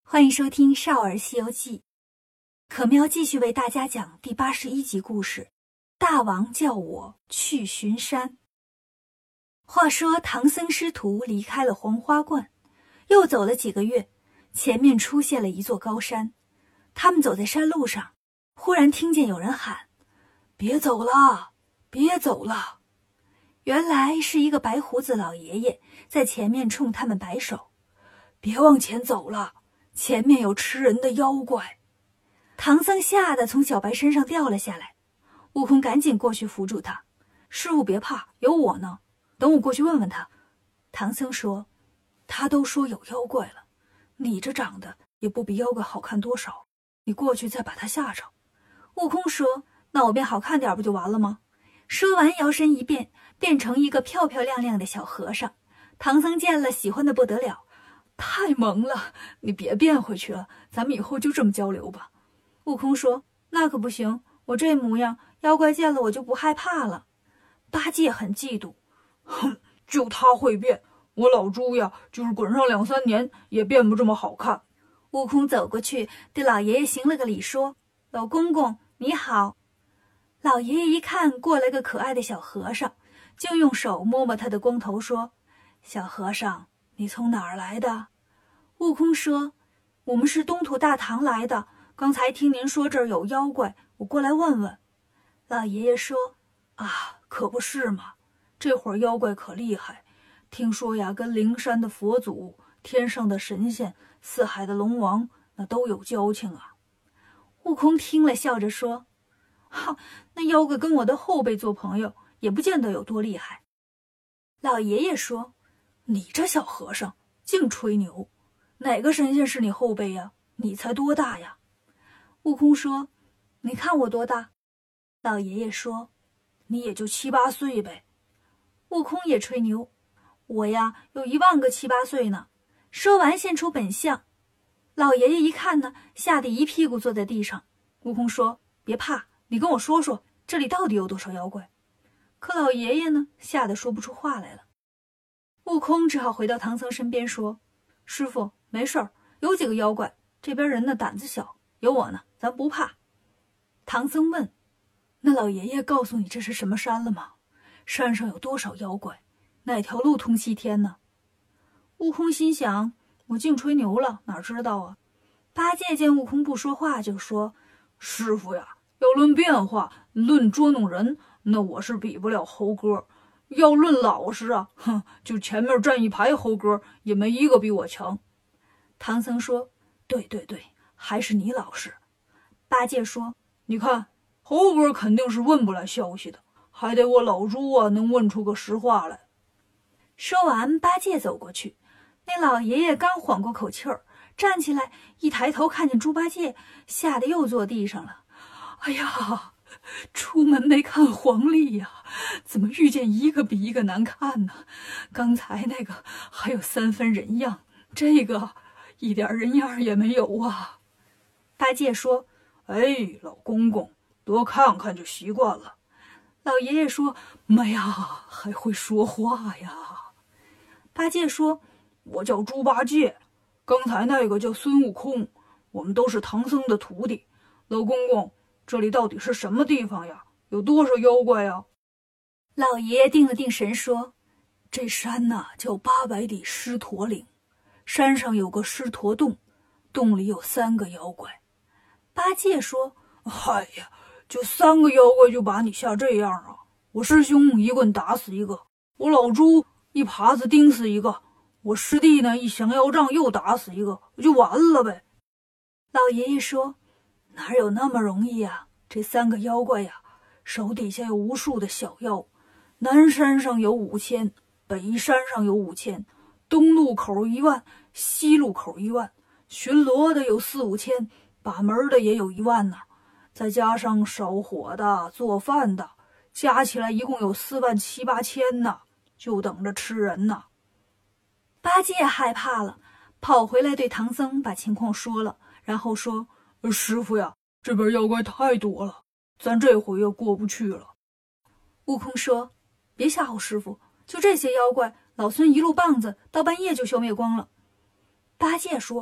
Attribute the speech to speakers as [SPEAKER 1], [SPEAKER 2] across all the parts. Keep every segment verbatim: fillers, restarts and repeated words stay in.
[SPEAKER 1] 欢迎收听《少儿西游记》，可喵继续为大家讲第八十一集故事：大王叫我去巡山。话说唐僧师徒离开了黄花观，又走了几个月，前面出现了一座高山。他们走在山路上，忽然听见有人喊：“别走了，别走了！”原来是一个白胡子老爷爷在前面冲他们摆手：“别往前走了，前面有吃人的妖怪！”唐僧吓得从小白身上掉了下来，悟空赶紧过去扶住他：“师傅别怕，有我呢，等我过去问问他。”唐僧说：“他都说有妖怪了，你这长得也不比妖怪好看多少，你过去再把他吓着。”悟空说：“那我变好看点不就完了吗？”说完摇身一变，变成一个漂漂亮亮的小和尚。唐僧见了喜欢的不得了：“太萌了，你别变回去了，咱们以后就这么交流吧。”悟空说：“那可不行，我这模样，妖怪见了我就不害怕了。”八戒很嫉妒：“
[SPEAKER 2] 哼，就他会变，我老猪呀，就是滚上两三年也变不这么好看。”
[SPEAKER 1] 悟空走过去，对老爷爷行了个礼，说：“老公公你好。”老爷爷一看过来个可爱的小和尚，就用手摸摸他的光头，说：“小和尚，你从哪儿来的？”悟空说：“我们是东土大唐来的，刚才听您说这儿有妖怪，我过来问问。”老爷爷说：“
[SPEAKER 2] 啊，可不是嘛，这会儿妖怪可厉害，听说呀，跟灵山的佛祖、天上的神仙、四海的龙王那都有交情啊。”
[SPEAKER 1] 悟空听了笑着说：“哈，那妖怪跟我的后辈做朋友，也不见得有多厉害。”老爷爷说：“
[SPEAKER 2] 你这小和尚净吹牛，哪个神仙是你后辈呀？你才多大呀？”
[SPEAKER 1] 悟空说：“你看我多大？”
[SPEAKER 2] 老爷爷说：“你也就七八岁呗。”
[SPEAKER 1] 悟空也吹牛：“我呀，有一万个七八岁呢。”说完现出本相。老爷爷一看呢，吓得一屁股坐在地上。悟空说：“别怕，你跟我说说，这里到底有多少妖怪？”可老爷爷呢，吓得说不出话来了。悟空只好回到唐僧身边说：“师傅，没事儿，有几个妖怪，这边人呢胆子小，有我呢，咱不怕。”唐僧问：“
[SPEAKER 2] 那老爷爷告诉你这是什么山了吗？山上有多少妖怪？哪条路通西天呢？”
[SPEAKER 1] 悟空心想：我净吹牛了，哪知道啊？八戒见悟空不说话，就说：“
[SPEAKER 2] 师傅呀，要论变化，论捉弄人，那我是比不了猴哥；要论老实啊，哼，就前面站一排猴哥，也没一个比我强。”
[SPEAKER 1] 唐僧说：“对对对，还是你老实。”八戒说：“
[SPEAKER 2] 你看，猴哥肯定是问不来消息的，还得我老猪啊能问出个实话来。”
[SPEAKER 1] 说完，八戒走过去，那老爷爷刚缓过口气儿，站起来一抬头看见猪八戒，吓得又坐地上了。
[SPEAKER 2] “哎呀，出门没看黄历呀，怎么遇见一个比一个难看呢？刚才那个还有三分人样，这个一点人样也没有啊。”
[SPEAKER 1] 八戒说：“
[SPEAKER 2] 哎，老公公，多看看就习惯了。”
[SPEAKER 1] 老爷爷说：“
[SPEAKER 2] 妈呀，还会说话呀！”
[SPEAKER 1] 八戒说：“
[SPEAKER 2] 我叫猪八戒，刚才那个叫孙悟空，我们都是唐僧的徒弟。老公公，这里到底是什么地方呀？有多少妖怪呀？”
[SPEAKER 1] 老爷爷定了定神说：“
[SPEAKER 2] 这山呐、啊、叫八百里狮驼岭，山上有个狮驼洞，洞里有三个妖怪。”
[SPEAKER 1] 八戒说：“
[SPEAKER 2] 哎呀，就三个妖怪就把你吓这样啊？我师兄一棍打死一个，我老猪一耙子钉死一个，我师弟呢一降妖杖又打死一个，就完了呗。”
[SPEAKER 1] 老爷爷说：“
[SPEAKER 2] 哪有那么容易呀？这三个妖怪呀，手底下有无数的小妖，南山上有五千，北山上有五千，东路口一万，西路口一万，巡逻的有四五千，把门的也有一万呢，再加上烧火的、做饭的，加起来一共有四万七八千呢，就等着吃人呢。”
[SPEAKER 1] 八戒害怕了，跑回来对唐僧把情况说了，然后说：“
[SPEAKER 2] 师傅呀，这边妖怪太多了，咱这回又过不去了。”
[SPEAKER 1] 悟空说：“别吓唬师傅，就这些妖怪，老孙一路棒子到半夜就消灭光了。”八戒说：“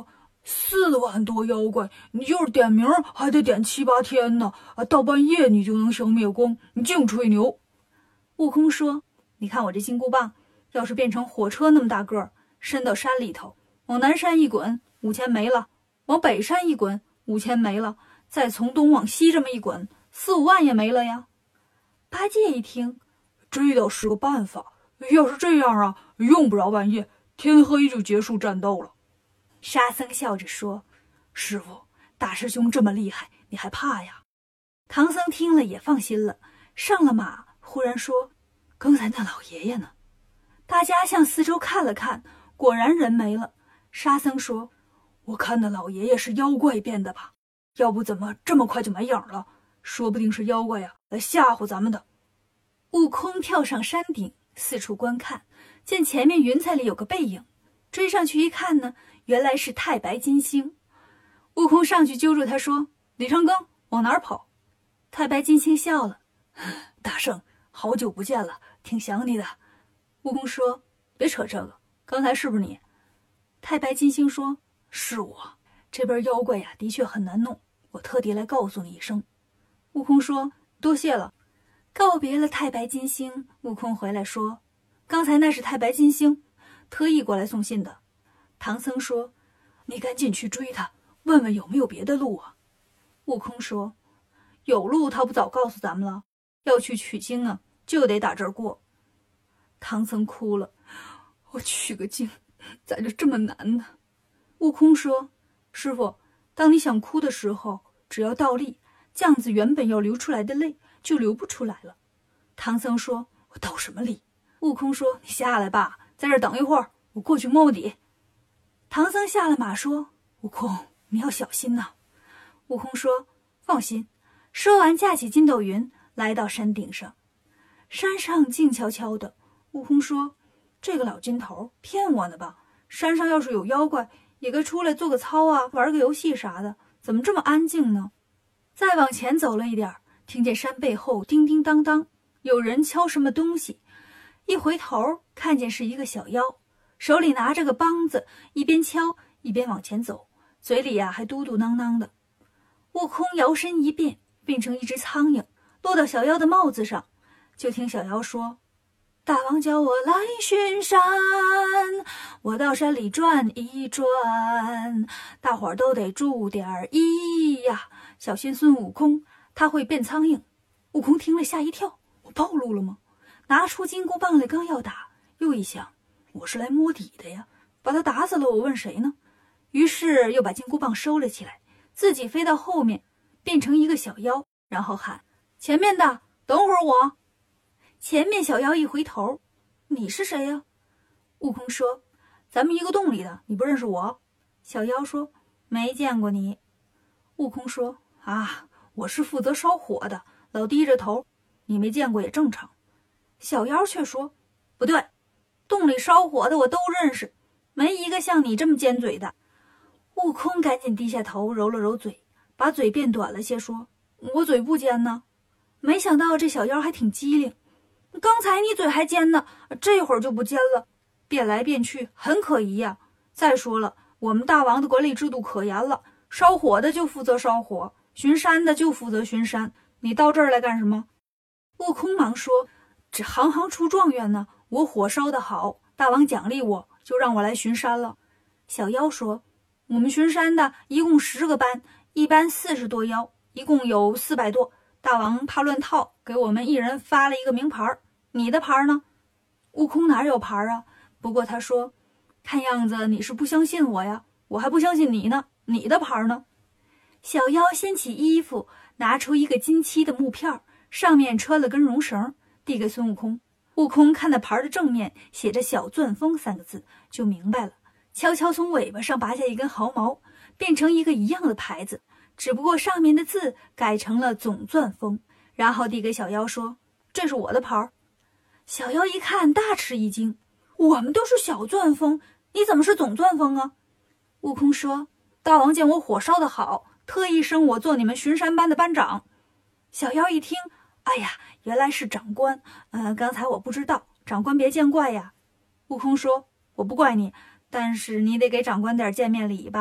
[SPEAKER 2] 四万多妖怪，你就是点名还得点七八天呢，啊，到半夜你就能消灭光，你净吹牛。
[SPEAKER 1] 悟空说：“你看我这金箍棒，要是变成火车那么大个儿，伸到山里头，往南山一滚，五千没了；往北山一滚，五千没了；再从东往西这么一滚，四五万也没了呀。”八戒一听，
[SPEAKER 2] 这倒是个办法。要是这样啊，用不着半夜，天黑就结束战斗了。
[SPEAKER 1] 沙僧笑着说：“
[SPEAKER 2] 师傅，大师兄这么厉害，你还怕呀？”
[SPEAKER 1] 唐僧听了也放心了，上了马，忽然说：“刚才那老爷爷呢？”大家向四周看了看，果然人没了。沙僧说：“
[SPEAKER 2] 我看那老爷爷是妖怪变的吧？要不怎么这么快就没影了？说不定是妖怪呀，来吓唬咱们的。”
[SPEAKER 1] 悟空跳上山顶，四处观看，见前面云彩里有个背影，追上去一看呢，原来是太白金星。悟空上去揪住他说：“李长庚，往哪儿跑？”太白金星笑了：“
[SPEAKER 2] 大圣，好久不见了，挺想你的。”
[SPEAKER 1] 悟空说：“别扯这个，刚才是不是你？”太白金星说：“
[SPEAKER 2] 是我。
[SPEAKER 1] 这边妖怪呀，的确很难弄，我特地来告诉你一声。”悟空说：“多谢了。”告别了太白金星，悟空回来说：“刚才那是太白金星，特意过来送信的。”唐僧说：“
[SPEAKER 2] 你赶紧去追他，问问有没有别的路啊。”
[SPEAKER 1] 悟空说：“有路他不早告诉咱们了，要去取经啊，就得打这儿过。”唐僧哭了：“
[SPEAKER 2] 我取个经，咋就这么难呢？”
[SPEAKER 1] 悟空说：“师傅，当你想哭的时候，只要倒立，这样子原本要流出来的泪就流不出来了。”唐僧说：“
[SPEAKER 2] 我倒什么立？”
[SPEAKER 1] 悟空说：“你下来吧，在这儿等一会儿，我过去摸摸底。”唐僧下了马说：“
[SPEAKER 2] 悟空，你要小心呐。”
[SPEAKER 1] 悟空说：“放心。”说完架起筋斗云，来到山顶上。山上静悄悄的。悟空说：“这个老金头骗我呢吧？山上要是有妖怪，也该出来做个操啊，玩个游戏啥的，怎么这么安静呢？”再往前走了一点，听见山背后叮叮当当，有人敲什么东西。一回头，看见是一个小妖，手里拿着个梆子，一边敲一边往前走，嘴里呀、啊、还嘟嘟囔囔的。悟空摇身一变，变成一只苍蝇，落到小妖的帽子上。就听小妖说：“大王叫我来巡山，我到山里转一转，大伙儿都得注点意呀，小心孙悟空，他会变苍蝇。”悟空听了吓一跳，我暴露了吗？拿出金箍棒来刚要打，又一想，我是来摸底的呀，把他打死了我问谁呢？于是又把金箍棒收了起来，自己飞到后面，变成一个小妖，然后喊：“前面的，等会儿我。”前面小妖一回头：“你是谁呀？”悟空说：“咱们一个洞里的，你不认识我？”小妖说：“没见过你。”悟空说：“啊，我是负责烧火的，老低着头，你没见过也正常。”小妖却说：“不对，洞里烧火的我都认识，没一个像你这么尖嘴的。”悟空赶紧低下头揉了揉嘴，把嘴变短了些，说：“我嘴不尖呢。”没想到这小妖还挺机灵，刚才你嘴还尖呢，这会儿就不尖了，变来变去很可疑呀、啊。再说了，我们大王的管理制度可严了，烧火的就负责烧火，巡山的就负责巡山，你到这儿来干什么？悟空忙说：“这行行出状元呢，我火烧得好，大王奖励我，就让我来巡山了。”小妖说：“我们巡山的一共十个班，一班四十多妖，一共有四百多。大王怕乱套，给我们一人发了一个名牌，你的牌呢？”悟空哪有牌啊？不过他说：“看样子你是不相信我呀，我还不相信你呢，你的牌呢？”小妖掀起衣服，拿出一个金漆的木片，上面穿了根绒绳，递给孙悟空。悟空看那牌的正面写着小钻风三个字，就明白了，悄悄从尾巴上拔下一根毫毛，变成一个一样的牌子，只不过上面的字改成了总钻风，然后递给小妖说：“这是我的牌。”小妖一看大吃一惊：“我们都是小钻风，你怎么是总钻风啊？”悟空说：“大王见我火烧得好，特意升我做你们巡山班的班长。”小妖一听：“哎呀，原来是长官，呃，刚才我不知道，长官别见怪呀。”悟空说：“我不怪你，但是你得给长官点见面礼吧，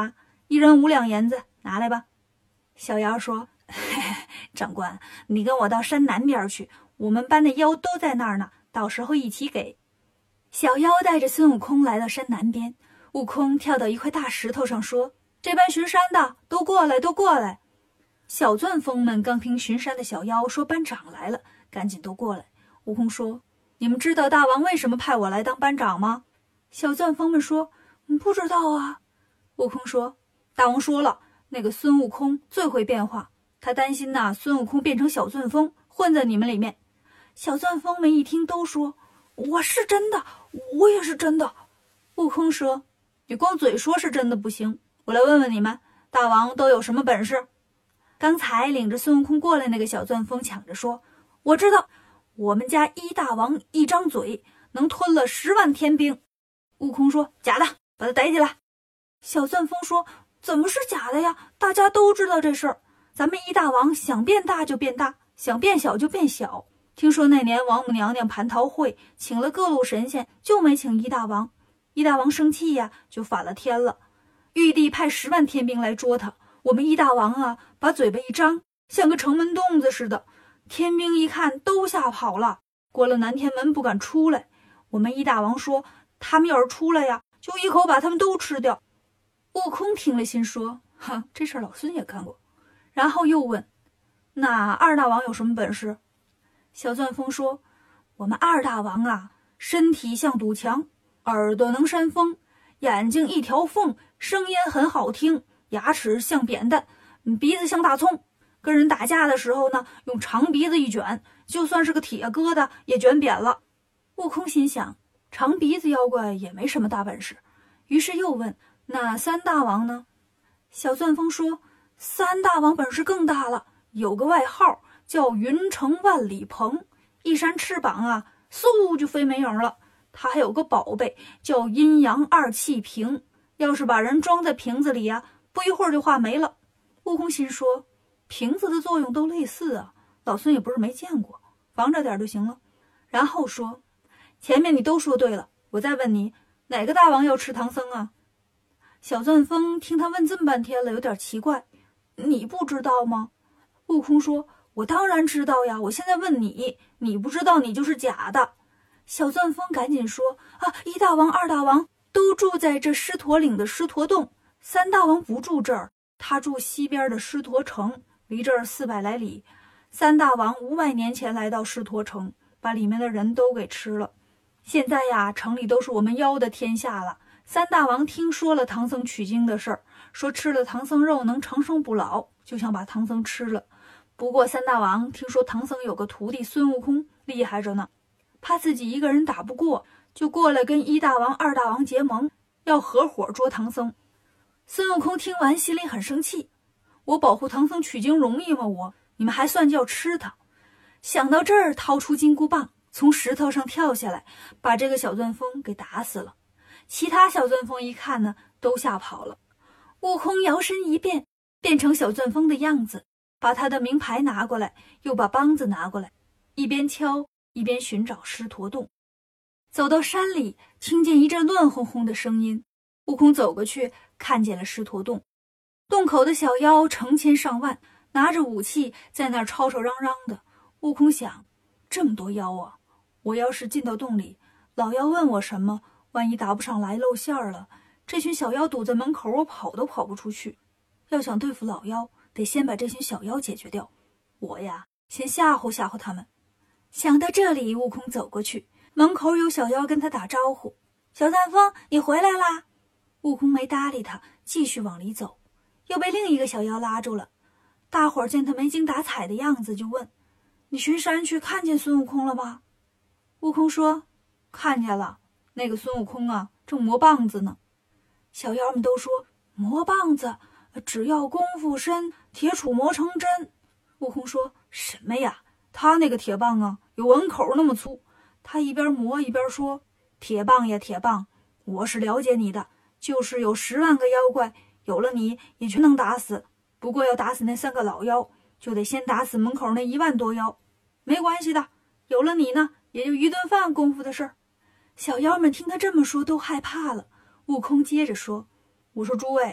[SPEAKER 1] 一人五两银子，拿来吧。小妖说：“嘿嘿，长官，你跟我到山南边去，我们班的妖都在那儿呢，到时候一起给。”小妖带着孙悟空来到山南边，悟空跳到一块大石头上说：“这班巡山的都过来，都过来。”小钻风们刚听巡山的小妖说班长来了，赶紧都过来。悟空说：“你们知道大王为什么派我来当班长吗？”小钻风们说：“不知道啊。”悟空说：“大王说了，那个孙悟空最会变化，他担心呐、啊，孙悟空变成小钻风混在你们里面。”小钻风们一听都说：“我是真的，我也是真的。”悟空说：“你光嘴说是真的不行，我来问问你们，大王都有什么本事？”刚才领着孙悟空过来那个小钻风抢着说：“我知道，我们家一大王一张嘴能吞了十万天兵。”悟空说：“假的，把他逮起来。”小钻风说：“怎么是假的呀？大家都知道这事儿。咱们一大王想变大就变大，想变小就变小。听说那年王母娘娘蟠桃会请了各路神仙，就没请一大王。一大王生气呀，就反了天了。玉帝派十万天兵来捉他。我们一大王啊，把嘴巴一张，像个城门洞子似的。天兵一看，都吓跑了，过了南天门不敢出来。我们一大王说，他们要是出来呀，就一口把他们都吃掉。”悟空听了心说：“哼，这事儿老孙也干过。”然后又问：“那二大王有什么本事？”小钻风说：“我们二大王啊，身体像堵墙，耳朵能扇风，眼睛一条缝，声音很好听，牙齿像扁担，鼻子像大葱。跟人打架的时候呢，用长鼻子一卷，就算是个铁疙瘩也卷扁了。”悟空心想，长鼻子妖怪也没什么大本事，于是又问：“那三大王呢？”小钻风说：“三大王本事更大了，有个外号叫云城万里鹏，一扇翅膀啊，嗖就飞没影了。他还有个宝贝叫阴阳二气瓶，要是把人装在瓶子里啊，不一会儿就化没了。”悟空心说，瓶子的作用都类似啊，老孙也不是没见过，防着点就行了。然后说：“前面你都说对了，我再问你，哪个大王要吃唐僧啊？”小钻风听他问这么半天了，有点奇怪：“你不知道吗？”悟空说：“我当然知道呀，我现在问你，你不知道你就是假的。”小钻风赶紧说：“啊，一大王二大王都住在这狮驼岭的狮驼洞，三大王不住这儿，他住西边的狮驼城，离这儿四百来里。三大王五百年前来到狮驼城，把里面的人都给吃了。现在呀，城里都是我们妖的天下了。三大王听说了唐僧取经的事儿，说吃了唐僧肉能长生不老，就想把唐僧吃了。不过三大王听说唐僧有个徒弟孙悟空厉害着呢，怕自己一个人打不过，就过来跟一大王二大王结盟，要合伙捉唐僧。孙悟空听完心里很生气，我保护唐僧取经容易吗？我你们还算叫吃他？想到这儿，掏出金箍棒，从石头上跳下来，把这个小钻风给打死了。其他小钻风一看呢，都吓跑了。悟空摇身一变，变成小钻风的样子，把他的名牌拿过来，又把梆子拿过来，一边敲一边寻找狮驼洞。走到山里，听见一阵乱哄哄的声音，悟空走过去，看见了狮驼洞。洞口的小妖成千上万，拿着武器在那儿吵吵嚷嚷的。悟空想，这么多妖啊，我要是进到洞里，老妖问我什么，万一答不上来露馅了，这群小妖堵在门口，我跑都跑不出去。要想对付老妖，得先把这群小妖解决掉。我呀，先吓唬吓唬他们。想到这里，悟空走过去，门口有小妖跟他打招呼：“小钻风，你回来啦！”悟空没搭理他，继续往里走，又被另一个小妖拉住了。大伙儿见他没精打采的样子，就问：“你巡山去看见孙悟空了吗？”悟空说：“看见了，那个孙悟空啊，正磨棒子呢。”小妖们都说：“磨棒子，只要功夫深，铁杵磨成针。”悟空说：“什么呀？他那个铁棒啊，有碗口那么粗。”他一边磨一边说：“铁棒呀铁棒，我是了解你的，就是有十万个妖怪，有了你也全能打死。不过要打死那三个老妖，就得先打死门口那一万多妖。没关系的，有了你呢，也就一顿饭功夫的事儿。”小妖们听他这么说，都害怕了。悟空接着说：“我说诸位，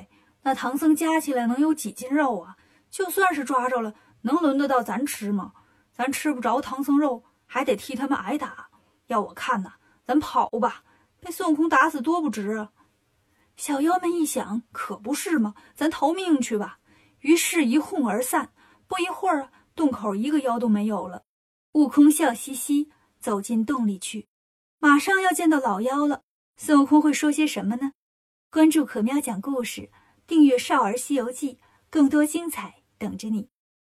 [SPEAKER 2] 那唐僧加起来能有几斤肉啊？就算是抓着了，能轮得到咱吃吗？咱吃不着唐僧肉，还得替他们挨打。要我看呐，咱跑吧，被孙悟空打死多不值啊！小妖们一想，可不是吗？咱逃命去吧。于是一哄而散。不一会儿，洞口一个妖都没有了。悟空笑嘻嘻走进洞里去，马上要见到老妖了。孙悟空会说些什么呢？关注可喵讲故事，订阅《少儿西游记》，更多精彩等着你。